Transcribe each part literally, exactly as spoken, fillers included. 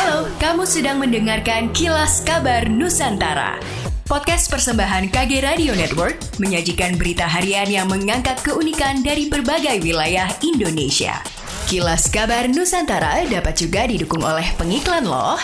Halo, kamu sedang mendengarkan Kilas Kabar Nusantara. Podcast persembahan K G Radio Network menyajikan berita harian yang mengangkat keunikan dari berbagai wilayah Indonesia. Kilas Kabar Nusantara dapat juga didukung oleh pengiklan loh.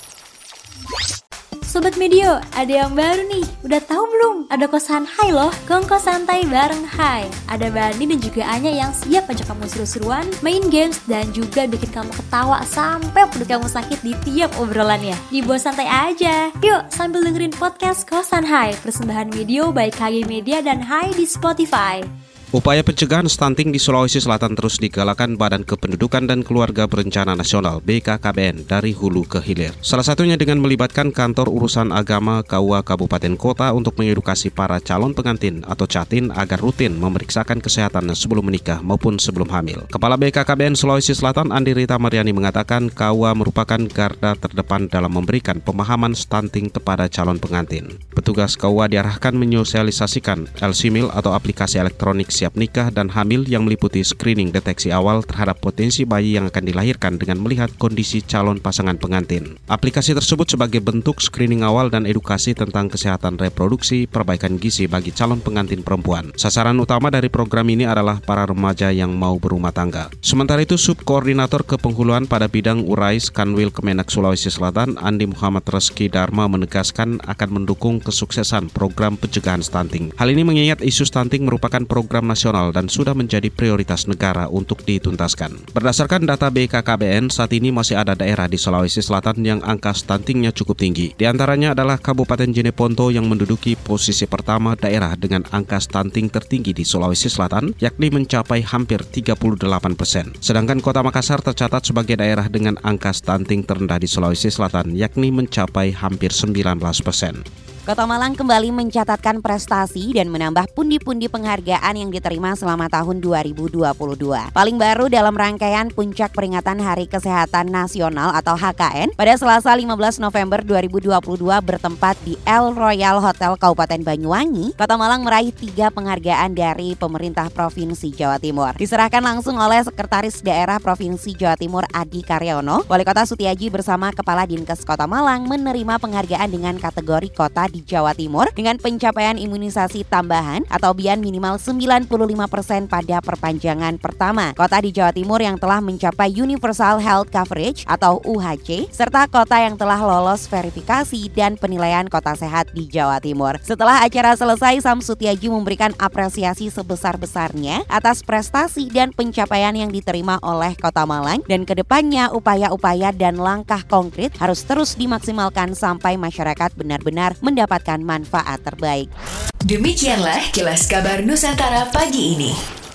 Sobat Medio, ada yang baru nih. Udah tahu belum? Ada kosan Hai loh, kongkos santai bareng Hai. Ada Bani dan juga Anya yang siap ajak kamu seru-seruan, main games, dan juga bikin kamu ketawa sampai perut kamu sakit di tiap obrolannya. Dibawa santai aja. Yuk, sambil dengerin podcast Kosan Hai, persembahan Medio by K G Media dan Hai di Spotify. Upaya pencegahan stunting di Sulawesi Selatan terus digalakan Badan Kependudukan dan Keluarga Berencana Nasional B K K B N dari hulu ke hilir. Salah satunya dengan melibatkan Kantor Urusan Agama K U A Kabupaten Kota untuk mengedukasi para calon pengantin atau catin agar rutin memeriksakan kesehatan sebelum menikah maupun sebelum hamil. Kepala B K K B N Sulawesi Selatan Andi Rita Mariani mengatakan K U A merupakan garda terdepan dalam memberikan pemahaman stunting kepada calon pengantin. Petugas K U A diarahkan menyosialisasikan L C M I L atau aplikasi elektronik siap nikah dan hamil yang meliputi screening deteksi awal terhadap potensi bayi yang akan dilahirkan dengan melihat kondisi calon pasangan pengantin. Aplikasi tersebut sebagai bentuk screening awal dan edukasi tentang kesehatan reproduksi, perbaikan gizi bagi calon pengantin perempuan. Sasaran utama dari program ini adalah para remaja yang mau berumah tangga. Sementara itu, Subkoordinator Kepenghuluan pada bidang Urais Kanwil Kemenak Sulawesi Selatan, Andi Muhammad Reski Dharma menegaskan akan mendukung kesuksesan program pencegahan stunting. Hal ini mengingat isu stunting merupakan program nasional dan sudah menjadi prioritas negara untuk dituntaskan. Berdasarkan data B K K B N, saat ini masih ada daerah di Sulawesi Selatan yang angka stuntingnya cukup tinggi. Di antaranya adalah Kabupaten Jeneponto yang menduduki posisi pertama daerah dengan angka stunting tertinggi di Sulawesi Selatan, yakni mencapai hampir tiga puluh delapan persen. Sedangkan Kota Makassar tercatat sebagai daerah dengan angka stunting terendah di Sulawesi Selatan, yakni mencapai hampir sembilan belas persen. Kota Malang kembali mencatatkan prestasi dan menambah pundi-pundi penghargaan yang diterima selama tahun dua ribu dua puluh dua. Paling baru dalam rangkaian puncak peringatan Hari Kesehatan Nasional atau H K N pada Selasa lima belas November dua ribu dua puluh dua bertempat di El Royal Hotel Kabupaten Banyuwangi, Kota Malang meraih tiga penghargaan dari pemerintah Provinsi Jawa Timur. Diserahkan langsung oleh Sekretaris Daerah Provinsi Jawa Timur Adi Karyono, Wali Kota Sutiaji bersama Kepala Dinkes Kota Malang menerima penghargaan dengan kategori kota di Jawa Timur dengan pencapaian imunisasi tambahan atau B I A N minimal sembilan puluh lima persen pada perpanjangan pertama. Kota di Jawa Timur yang telah mencapai Universal Health Coverage atau U H C, serta kota yang telah lolos verifikasi dan penilaian kota sehat di Jawa Timur. Setelah acara selesai, Sam Sutiaji memberikan apresiasi sebesar-besarnya atas prestasi dan pencapaian yang diterima oleh Kota Malang, dan kedepannya upaya-upaya dan langkah konkret harus terus dimaksimalkan sampai masyarakat benar-benar mendapatkan mendapatkan manfaat terbaik. Demikianlah Kilas Kabar Nusantara pagi ini.